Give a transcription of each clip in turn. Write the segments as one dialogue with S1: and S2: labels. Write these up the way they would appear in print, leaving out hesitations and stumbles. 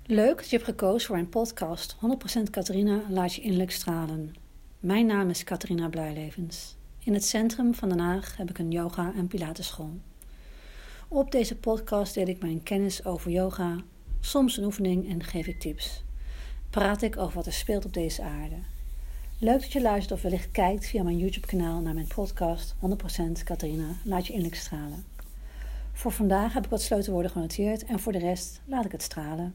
S1: Leuk dat je hebt gekozen voor mijn podcast 100% Catharina laat je innerlijk stralen. Mijn naam is Catharina Blijlevens. In het centrum van Den Haag heb ik een yoga- en pilatesschool. Op deze podcast deel ik mijn kennis over yoga, soms een oefening en geef ik tips. Praat ik over wat er speelt op deze aarde. Leuk dat je luistert of wellicht kijkt via mijn YouTube-kanaal naar mijn podcast 100% Catharina laat je innerlijk stralen. Voor vandaag heb ik wat sleutelwoorden genoteerd en voor de rest laat ik het stralen.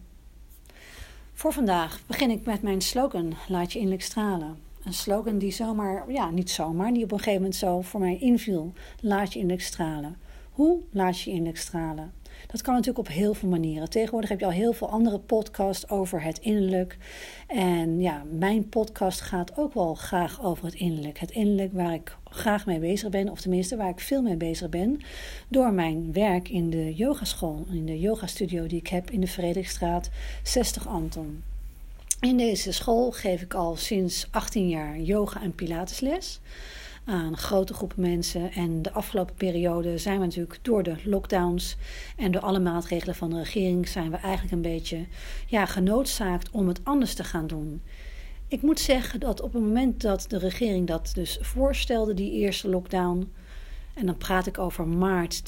S1: Voor vandaag begin ik met mijn slogan, laat je innerlijk stralen. Een slogan die niet zomaar, die op een gegeven moment zo voor mij inviel. Laat je innerlijk stralen. Hoe laat je innerlijk stralen? Dat kan natuurlijk op heel veel manieren. Tegenwoordig heb je al heel veel andere podcasts over het innerlijk. En ja, mijn podcast gaat ook wel graag over het innerlijk. Het innerlijk waar ik graag mee bezig ben, of tenminste waar ik veel mee bezig ben. Door mijn werk in de yogaschool, in de yogastudio die ik heb in de Frederikstraat 60 Anton. In deze school geef ik al sinds 18 jaar yoga en pilatesles aan grote groepen mensen. En de afgelopen periode zijn we natuurlijk door de lockdowns en door alle maatregelen van de regering zijn we eigenlijk een beetje genoodzaakt om het anders te gaan doen. Ik moet zeggen dat op het moment dat de regering dat dus voorstelde, die eerste lockdown, en dan praat ik over maart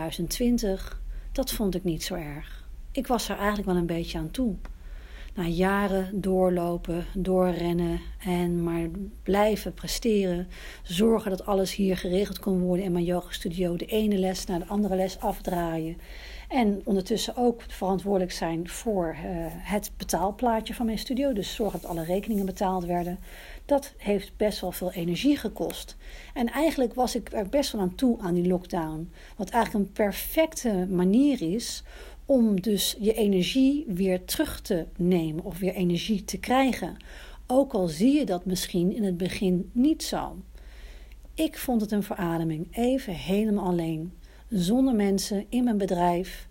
S1: 2020, dat vond ik niet zo erg. Ik was er eigenlijk wel een beetje aan toe. Na jaren doorlopen, doorrennen en maar blijven presteren. Zorgen dat alles hier geregeld kon worden in mijn yogastudio. De ene les naar de andere les afdraaien. En ondertussen ook verantwoordelijk zijn voor het betaalplaatje van mijn studio. Dus zorgen dat alle rekeningen betaald werden. Dat heeft best wel veel energie gekost. En eigenlijk was ik er best wel aan toe aan die lockdown. Wat eigenlijk een perfecte manier is om dus je energie weer terug te nemen of weer energie te krijgen. Ook al zie je dat misschien in het begin niet zo. Ik vond het een verademing, even helemaal alleen. Zonder mensen in mijn bedrijf.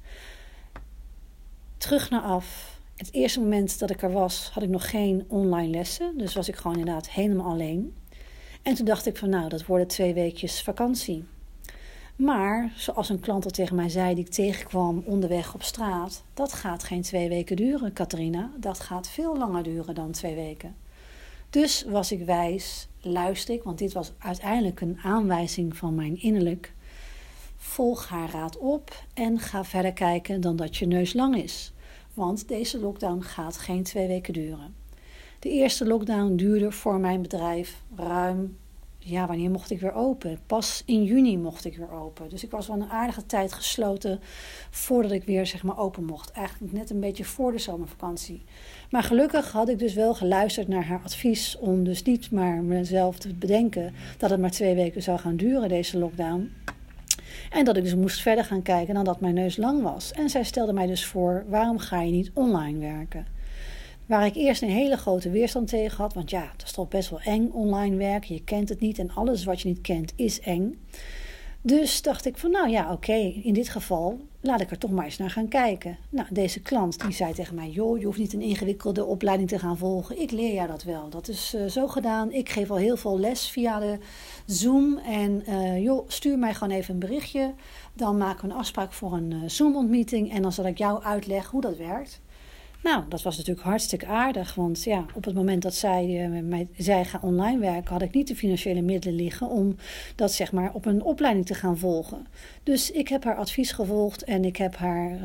S1: Terug naar af. Het eerste moment dat ik er was, had ik nog geen online lessen. Dus was ik gewoon inderdaad helemaal alleen. En toen dacht ik van dat worden 2 weekjes vakantie. Maar, zoals een klant al tegen mij zei die ik tegenkwam onderweg op straat, dat gaat geen 2 weken duren, Catharina. Dat gaat veel langer duren dan 2 weken. Dus was ik wijs, luister ik, want dit was uiteindelijk een aanwijzing van mijn innerlijk. Volg haar raad op en ga verder kijken dan dat je neus lang is. Want deze lockdown gaat geen 2 weken duren. De eerste lockdown duurde voor mijn bedrijf ruim. Wanneer mocht ik weer open? Pas in juni mocht ik weer open. Dus ik was wel een aardige tijd gesloten voordat ik weer open mocht. Eigenlijk net een beetje voor de zomervakantie. Maar gelukkig had ik dus wel geluisterd naar haar advies om dus niet maar mezelf te bedenken dat het maar 2 weken zou gaan duren, deze lockdown. En dat ik dus moest verder gaan kijken dan dat mijn neus lang was. En zij stelde mij dus voor, waarom ga je niet online werken? Waar ik eerst een hele grote weerstand tegen had. Want dat is toch best wel eng online werken. Je kent het niet en alles wat je niet kent is eng. Dus dacht ik van in dit geval laat ik er toch maar eens naar gaan kijken. Deze klant die zei tegen mij, je hoeft niet een ingewikkelde opleiding te gaan volgen. Ik leer jou dat wel. Dat is zo gedaan. Ik geef al heel veel les via de Zoom. En stuur mij gewoon even een berichtje. Dan maken we een afspraak voor een Zoom-ontmeeting. En dan zal ik jou uitleggen hoe dat werkt. Dat was natuurlijk hartstikke aardig, want op het moment dat zij gaan online werken, had ik niet de financiële middelen liggen om dat op een opleiding te gaan volgen. Dus ik heb haar advies gevolgd en ik heb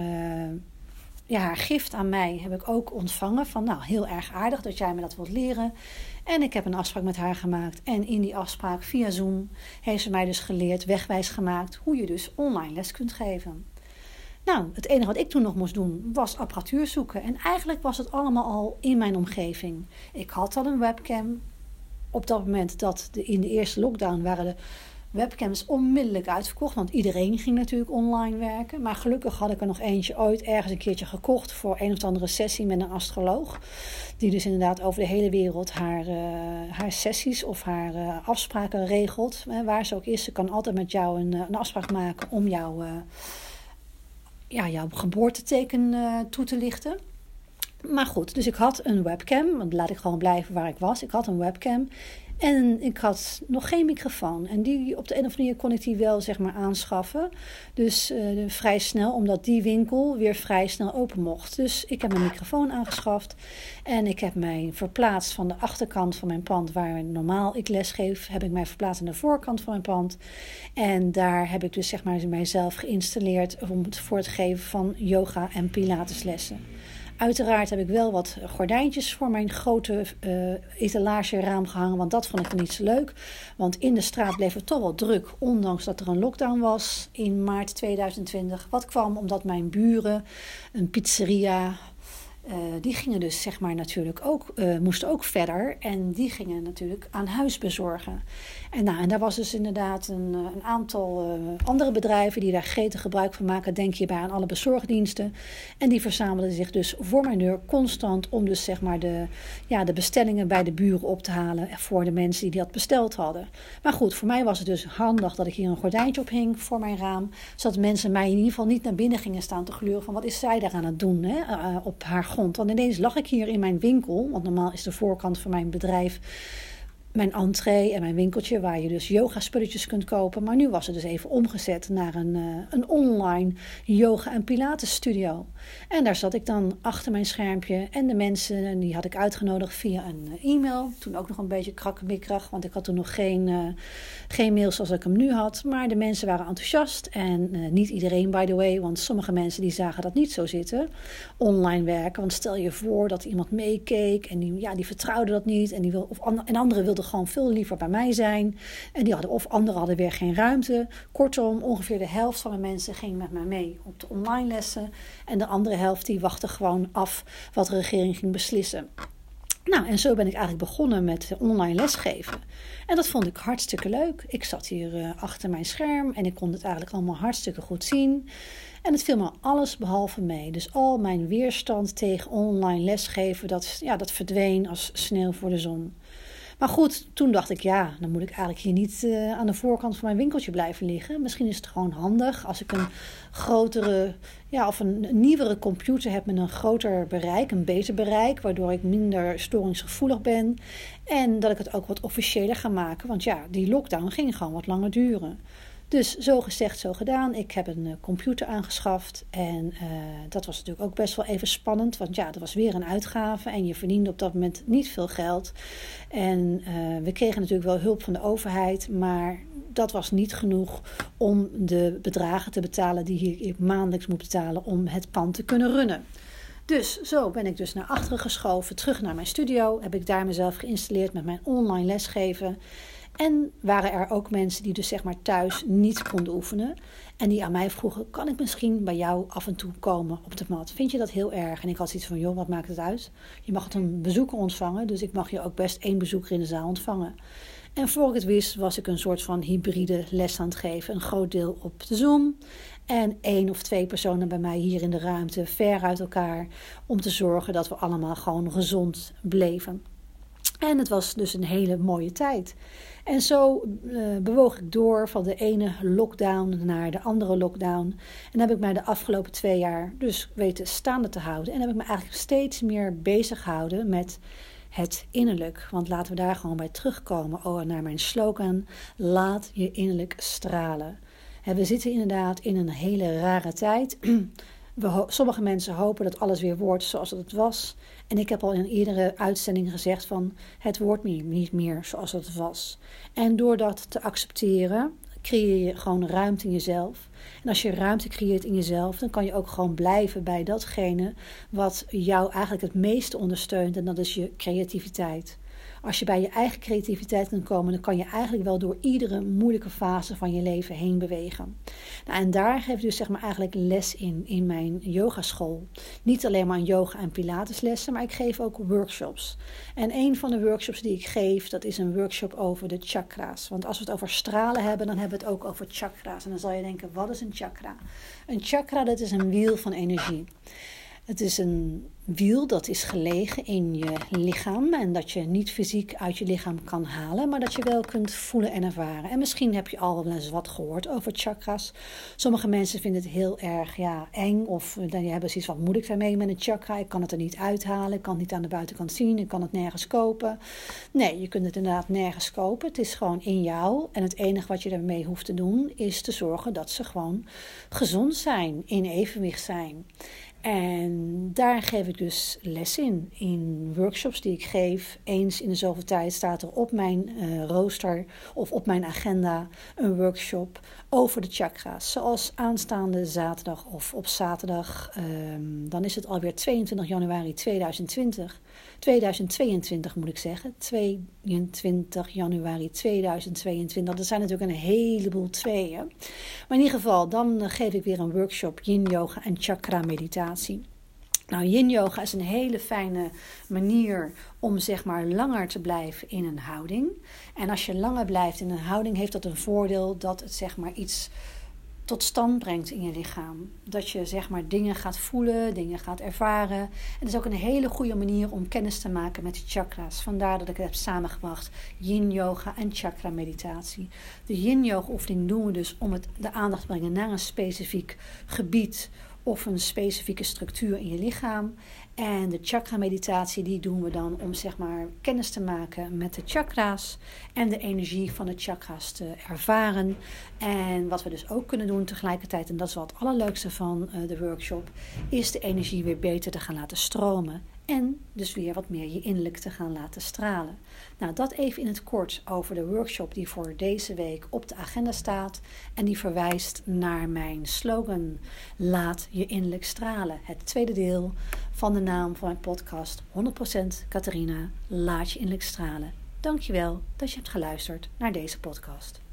S1: haar gift aan mij heb ik ook ontvangen van heel erg aardig dat jij me dat wilt leren. En ik heb een afspraak met haar gemaakt en in die afspraak via Zoom heeft ze mij dus geleerd, wegwijs gemaakt hoe je dus online les kunt geven. Het enige wat ik toen nog moest doen was apparatuur zoeken. En eigenlijk was het allemaal al in mijn omgeving. Ik had al een webcam. Op dat moment in de eerste lockdown waren de webcams onmiddellijk uitverkocht. Want iedereen ging natuurlijk online werken. Maar gelukkig had ik er nog eentje ooit ergens een keertje gekocht voor een of andere sessie met een astroloog. Die dus inderdaad over de hele wereld haar sessies of haar afspraken regelt. Waar ze ook is, ze kan altijd met jou een afspraak maken om jouw geboorteteken toe te lichten. Maar goed, dus ik had een webcam. Want laat ik gewoon blijven waar ik was. Ik had een webcam. En ik had nog geen microfoon. En die, op de een of andere manier kon ik die wel aanschaffen. Dus vrij snel, omdat die winkel weer vrij snel open mocht. Dus ik heb mijn microfoon aangeschaft. En ik heb mij verplaatst van de achterkant van mijn pand, waar normaal ik lesgeef, heb ik mij verplaatst aan de voorkant van mijn pand. En daar heb ik dus mijzelf geïnstalleerd voor het geven van yoga en pilateslessen. Uiteraard heb ik wel wat gordijntjes voor mijn grote etalageraam gehangen, want dat vond ik niet zo leuk. Want in de straat bleef het toch wel druk, ondanks dat er een lockdown was in maart 2020. Wat kwam omdat mijn buren, een pizzeria, die gingen dus natuurlijk ook, moesten ook verder. En die gingen natuurlijk aan huis bezorgen. En daar was dus inderdaad een aantal andere bedrijven die daar gretig gebruik van maken. Denk hierbij aan alle bezorgdiensten. En die verzamelden zich dus voor mijn deur constant om dus de bestellingen bij de buren op te halen voor de mensen die dat besteld hadden. Maar goed, voor mij was het dus handig dat ik hier een gordijntje op hing voor mijn raam. Zodat mensen mij in ieder geval niet naar binnen gingen staan te gluren van wat is zij daar aan het doen op haar grond. Want ineens lag ik hier in mijn winkel, want normaal is de voorkant van mijn bedrijf mijn entree en mijn winkeltje waar je dus yoga spulletjes kunt kopen. Maar nu was het dus even omgezet naar een online yoga en pilates studio. En daar zat ik dan achter mijn schermpje. En de mensen, die had ik uitgenodigd via een e-mail. Toen ook nog een beetje krakkemikkerig, want ik had toen nog geen mail zoals ik hem nu had. Maar de mensen waren enthousiast. En niet iedereen, by the way, want sommige mensen die zagen dat niet zo zitten. Online werken, want stel je voor dat iemand meekeek en die vertrouwde dat niet. En anderen wilden gewoon veel liever bij mij zijn. En anderen hadden weer geen ruimte. Kortom, ongeveer de helft van de mensen ging met mij mee op de online lessen. En de andere helft die wachtte gewoon af wat de regering ging beslissen. Nou, en zo ben ik eigenlijk begonnen met online lesgeven. En dat vond ik hartstikke leuk. Ik zat hier achter mijn scherm en ik kon het eigenlijk allemaal hartstikke goed zien. En het viel me alles behalve mee. Dus al mijn weerstand tegen online lesgeven, dat verdween als sneeuw voor de zon. Maar goed, toen dacht ik, dan moet ik eigenlijk hier niet aan de voorkant van mijn winkeltje blijven liggen. Misschien is het gewoon handig als ik een grotere, of een nieuwere computer heb met een groter bereik, een beter bereik, waardoor ik minder storingsgevoelig ben. En dat ik het ook wat officiëler ga maken, want die lockdown ging gewoon wat langer duren. Dus zo gezegd, zo gedaan. Ik heb een computer aangeschaft en dat was natuurlijk ook best wel even spannend. Want dat was weer een uitgave en je verdiende op dat moment niet veel geld. En we kregen natuurlijk wel hulp van de overheid, maar dat was niet genoeg om de bedragen te betalen die ik maandelijks moet betalen om het pand te kunnen runnen. Dus zo ben ik dus naar achteren geschoven, terug naar mijn studio. Heb ik daar mezelf geïnstalleerd met mijn online lesgeven. En waren er ook mensen die dus thuis niet konden oefenen. En die aan mij vroegen, kan ik misschien bij jou af en toe komen op de mat? Vind je dat heel erg? En ik had zoiets van, wat maakt het uit? Je mag een bezoeker ontvangen, dus ik mag je ook best 1 bezoeker in de zaal ontvangen. En voor ik het wist, was ik een soort van hybride les aan het geven. Een groot deel op de Zoom. En 1 of 2 personen bij mij hier in de ruimte, ver uit elkaar. Om te zorgen dat we allemaal gewoon gezond bleven. En het was dus een hele mooie tijd. En zo bewoog ik door van de ene lockdown naar de andere lockdown. En heb ik mij de afgelopen 2 jaar dus weten staande te houden. En heb ik me eigenlijk steeds meer bezig gehouden met het innerlijk. Want laten we daar gewoon bij terugkomen naar mijn slogan. Laat je innerlijk stralen. We zitten inderdaad in een hele rare tijd. Sommige mensen hopen dat alles weer wordt zoals het was. En ik heb al in een eerdere uitzending gezegd van het wordt niet meer zoals het was. En door dat te accepteren creëer je gewoon ruimte in jezelf. En als je ruimte creëert in jezelf, dan kan je ook gewoon blijven bij datgene wat jou eigenlijk het meeste ondersteunt. En dat is je creativiteit. Als je bij je eigen creativiteit kan komen, dan kan je eigenlijk wel door iedere moeilijke fase van je leven heen bewegen. Nou, en daar geef ik dus eigenlijk les in mijn yogaschool. Niet alleen maar yoga en pilateslessen, maar ik geef ook workshops. En een van de workshops die ik geef, dat is een workshop over de chakra's. Want als we het over stralen hebben, dan hebben we het ook over chakra's. En dan zal je denken, wat is een chakra? Een chakra, dat is een wiel van energie. Het is een wiel dat is gelegen in je lichaam en dat je niet fysiek uit je lichaam kan halen, maar dat je wel kunt voelen en ervaren. En misschien heb je al wel eens wat gehoord over chakras. Sommige mensen vinden het heel erg eng of dan hebben zoiets van, wat moet ik daarmee met een chakra? Ik kan het er niet uithalen, ik kan het niet aan de buitenkant zien, ik kan het nergens kopen. Nee, je kunt het inderdaad nergens kopen. Het is gewoon in jou en het enige wat je ermee hoeft te doen is te zorgen dat ze gewoon gezond zijn, in evenwicht zijn. En daar geef ik dus les in workshops die ik geef. Eens in de zoveel tijd staat er op mijn rooster of op mijn agenda een workshop over de chakra's. Zoals aanstaande zaterdag of op zaterdag, dan is het alweer 22 januari 2022 moet ik zeggen. 22 januari 2022. Dat zijn natuurlijk een heleboel tweeën. Maar in ieder geval, dan geef ik weer een workshop Yin Yoga en Chakra Meditatie. Nou, Yin Yoga is een hele fijne manier om langer te blijven in een houding. En als je langer blijft in een houding, heeft dat een voordeel dat het iets tot stand brengt in je lichaam. Dat je dingen gaat voelen, dingen gaat ervaren. En het is ook een hele goede manier om kennis te maken met de chakra's. Vandaar dat ik het heb samengebracht, Yin Yoga en Chakra Meditatie. De Yin Yoga oefening doen we dus om de aandacht te brengen naar een specifiek gebied of een specifieke structuur in je lichaam. En de chakra meditatie die doen we dan om kennis te maken met de chakra's en de energie van de chakra's te ervaren. En wat we dus ook kunnen doen tegelijkertijd, en dat is wel het allerleukste van de workshop, is de energie weer beter te gaan laten stromen. En dus weer wat meer je innerlijk te gaan laten stralen. Nou, dat even in het kort over de workshop die voor deze week op de agenda staat. En die verwijst naar mijn slogan, laat je innerlijk stralen. Het tweede deel van de naam van mijn podcast, 100% Catharina, laat je innerlijk stralen. Dankjewel dat je hebt geluisterd naar deze podcast.